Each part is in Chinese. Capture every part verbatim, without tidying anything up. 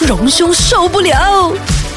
荣兄受不了。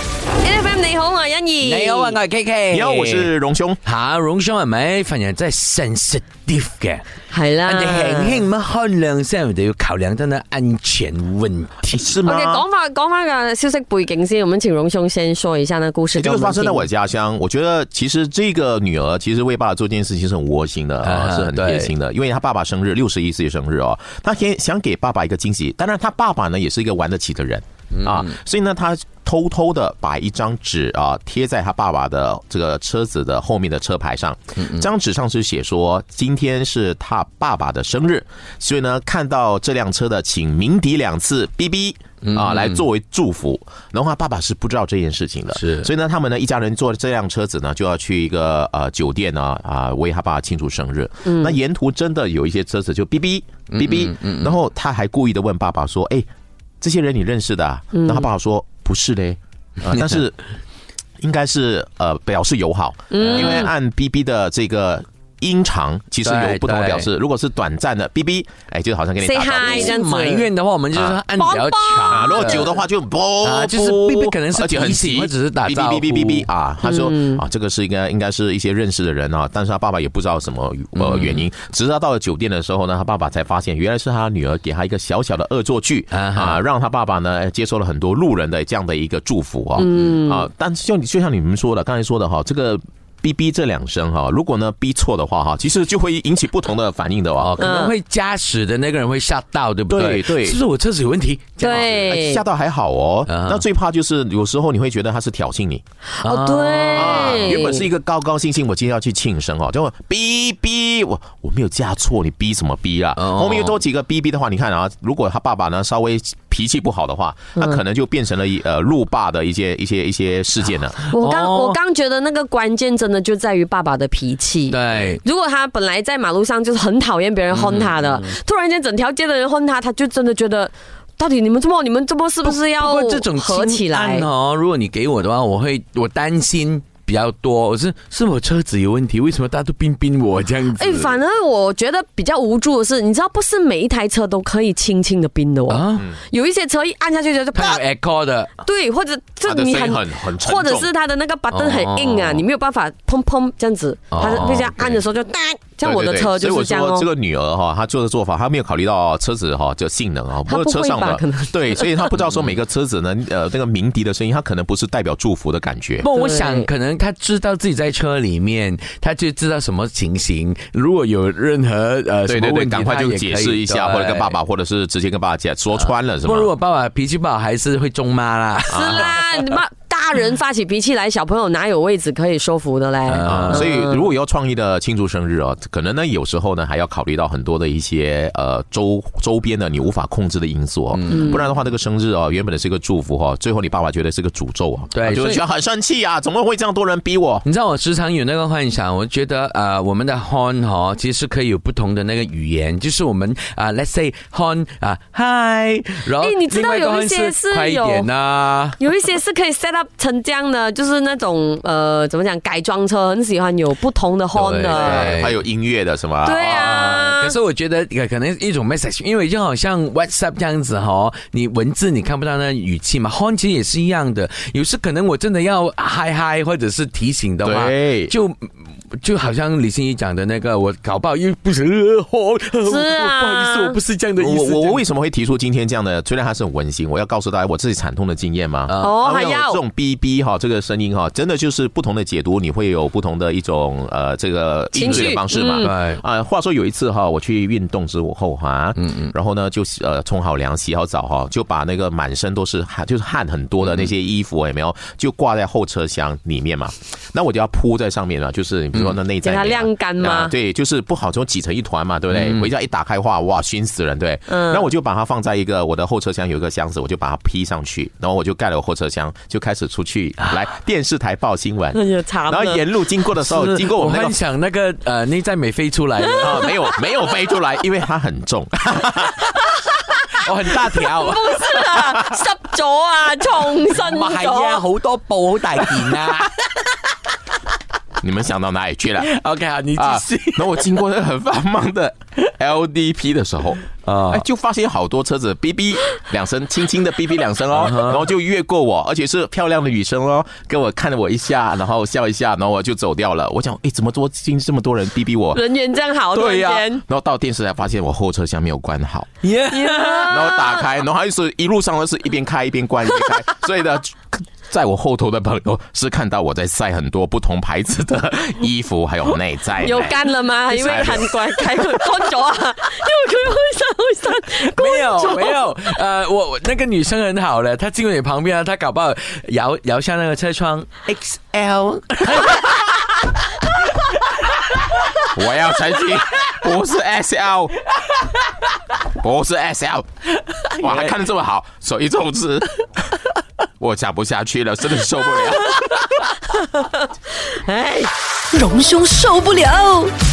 N F M 你好，我係欣怡。 你好啊，我係 K K。 你好，我是榮兄。 吓，榮兄係咪？份人真係 sensitive 嘅， 係啦。 人哋輕輕乜看兩聲，我哋要考量真係安全問題，是嗎 ？OK， 講翻講翻個消息背景先，我們請榮兄先說一下那故事。 這個發生在我家鄉，我覺得其實這個女兒其實為爸爸做這件事情是很窩心的啊，是很貼心的，因為他爸爸生日六十一歲生日哦，他想給爸爸一個驚喜。當然，他爸爸呢也是一個玩得起的人啊，所以呢，他偷偷的把一張紙啊貼在他爸爸的這個車子的後面的車牌上，這張紙上是寫說今天是他爸爸的生日，所以呢，看到這輛車的請鳴笛兩次，嗶嗶啊，來作為祝福。然後他爸爸是不知道這件事情的，是，所以呢，他們呢一家人坐這輛車子呢就要去一個呃酒店呢啊為他爸爸慶祝生日。那沿途真的有一些車子就嗶嗶嗶嗶，然後他還故意的問爸爸說：“哎，這些人你認識的啊？”然後他爸爸說：“不是嘞，呃、但是應該是呃表示友好，因為按 B B 的這個音長其實有不同的表示。如果是短暫的 B B， 哎，就好像跟你打招呼。 埋怨的話，我們就是按比較長；如果久的話就啵、啊， 就是 B B 可能是提醒或者是打招呼。 B B B B B 啊，他說、嗯、啊，這個是應該應該是一些認識的人啊，但是他爸爸也不知道什麼呃原因，直到到了酒店的時候呢，他爸爸才發現原來是他女兒給他一個小小的惡作劇啊，讓他爸爸呢接受了很多路人的這樣的一個祝福啊，嗯、啊，但是就就像你們說的，剛才說的哈，這個。嗶嗶這兩聲哈，如果呢嗶錯的話哈，其實就會引起不同的反應的哦， 可能會駕駛的那個人會嚇到，對不對？ 對對， 是不是我車子有問題？ 對， 嚇到還好哦。那最怕就是有時候你會覺得他是挑釁你。 哦，對， 啊，原本是一個高高興興，我今天要去慶生哦，就嗶嗶，我我沒有駕錯，你嗶什麼嗶啊？後面又多幾個嗶嗶的話，你看啊，如果他爸爸呢稍微脾氣不好的話，那可能就變成了呃路霸的一些一些一些事件了。 我剛我剛覺得那個關鍵真的就在於爸爸的脾氣。 對， 如果他本來在馬路上就是很討厭別人轟他的，嗯、突然間整條街的人轟他，他就真的覺得到底你們這麼你們這麼是不是要合起來？ 哦，如果你給我的話，我會我擔心比較多，我是是我車子有問題，為什麼大家都冰冰我這樣子？哎，反而我覺得比較無助的是，你知道不是每一台車都可以輕輕的冰的哦，啊、有一些車一按下去就就它有 echo 的， 對，或者就你很，很很或者是它的那個 button 很硬啊，哦、你沒有辦法砰砰這樣子，它必須要按的時候就，像我的車就是這樣哦。所以我說這個女兒哈，她做的做法，她沒有考慮到車子哈就性能啊，不過車上的對，所以她不知道說每個車子呢，呃，那個鳴笛的聲音，它可能不是代表祝福的感覺。 不，我想可能他知道自己在車裡面，他就知道什麼情形。如果有任何呃對對對，趕快就解釋一下，或者跟爸爸，或者是直接跟爸爸講說穿了，是嗎？ 不，如果爸爸脾氣不好，還是會中罵啦。 是啦，你爸大人發起脾氣來，小朋友哪有位置可以說服的嘞？ 啊，所以如果要創意的慶祝生日哦，可能呢有時候呢還要考慮到很多的一些呃周周邊的你無法控制的因素哦，嗯、不然的話，這個生日哦原本的是一個祝福哦，最後你爸爸覺得是個詛咒啊， 對， 就覺得很生氣啊，怎麼會這樣多人逼我？ 你知道我時常有那個幻想，我覺得呃我們的 horn 哈其實是可以有不同的那個語言，就是我們啊、呃、let's say horn 啊 hi，然後你知道有一些是快一點啊， 有一些是可以 set up 成這樣的，就是那種呃怎麼講改裝車，很喜歡有不同的 horn 的， 還有音樂的是嗎？ 對啊， 可是我覺得可能一種 message， 因為就好像 WhatsApp 這樣子哈，你文字你看不到那語氣嘛 ，horn 其實也是一樣的，有時可能我真的要嗨嗨或者是提醒的話，就就好像李欣怡講的那個，我搞不好又不是， 是啊， 不好意思，我不是這樣的意思。 我我為什麼會提出今天這樣的？雖然它是很溫馨，我要告訴大家我自己慘痛的經驗嘛。 哦，還要這種 B B 哈，這個聲音哈，真的就是不同的解讀，你會有不同的一種呃這個應對的方式嘛。對啊、嗯呃，話說有一次哈，我去運動之後哈，嗯嗯，然後呢就呃沖好涼、洗好澡哈，就把那個滿身都是汗，就是汗很多的那些衣服有沒有，就掛在後車廂裡面嘛。那我就要鋪在上面了，就是你比如說那內在、啊， 給它晾乾嗎、啊？ 對，就是不好就擠成一團嘛，對不對？回家一打開話，哇，熏死人，對。嗯。那我就把它放在一個我的後車廂有一個箱子，我就把它披上去，然後我就蓋了我後車廂，就開始出去來電視台報新聞。然後沿路經過的時候，經過我們那個， 我幻想那個呃內在美飛出來啊， 沒有沒有飛出來，因為它很重。 我很大條， 不是啊，濕咗啊，重身咗。 唔係啊，好多布好大件啊。 你们想到哪里去了 ？OK 啊，你继续。 然后我经过那个很繁忙的 L D P 的时候，啊，哎，就发现好多车子哔哔两声，轻轻的哔哔两声哦，然后就越过我，而且是漂亮的女生哦，跟我看了我一下，然后笑一下，然后我就走掉了。我想，哎，怎么多今这么多人哔哔我？ 人缘这样好， 对呀、啊。然后到电视才发现我后车厢没有关好， yeah. 然后打开，然后还是一路上都是一边开一边关一边开，所以呢。在我后头的朋友是看到我在晒很多不同牌子的衣服，还有内在。 有干了吗？因为很乖，开干咗啊！因為佢會散會散。 沒有沒有，呃，我我那個女生很好了，她經過你旁邊，她搞不好搖搖下那個車窗 X L。 我要澄清，不是 S L， 不是 S L。哇，还看得这么好，手一重之。我讲不下去了，真的受不了。 哎，荣兄受不了。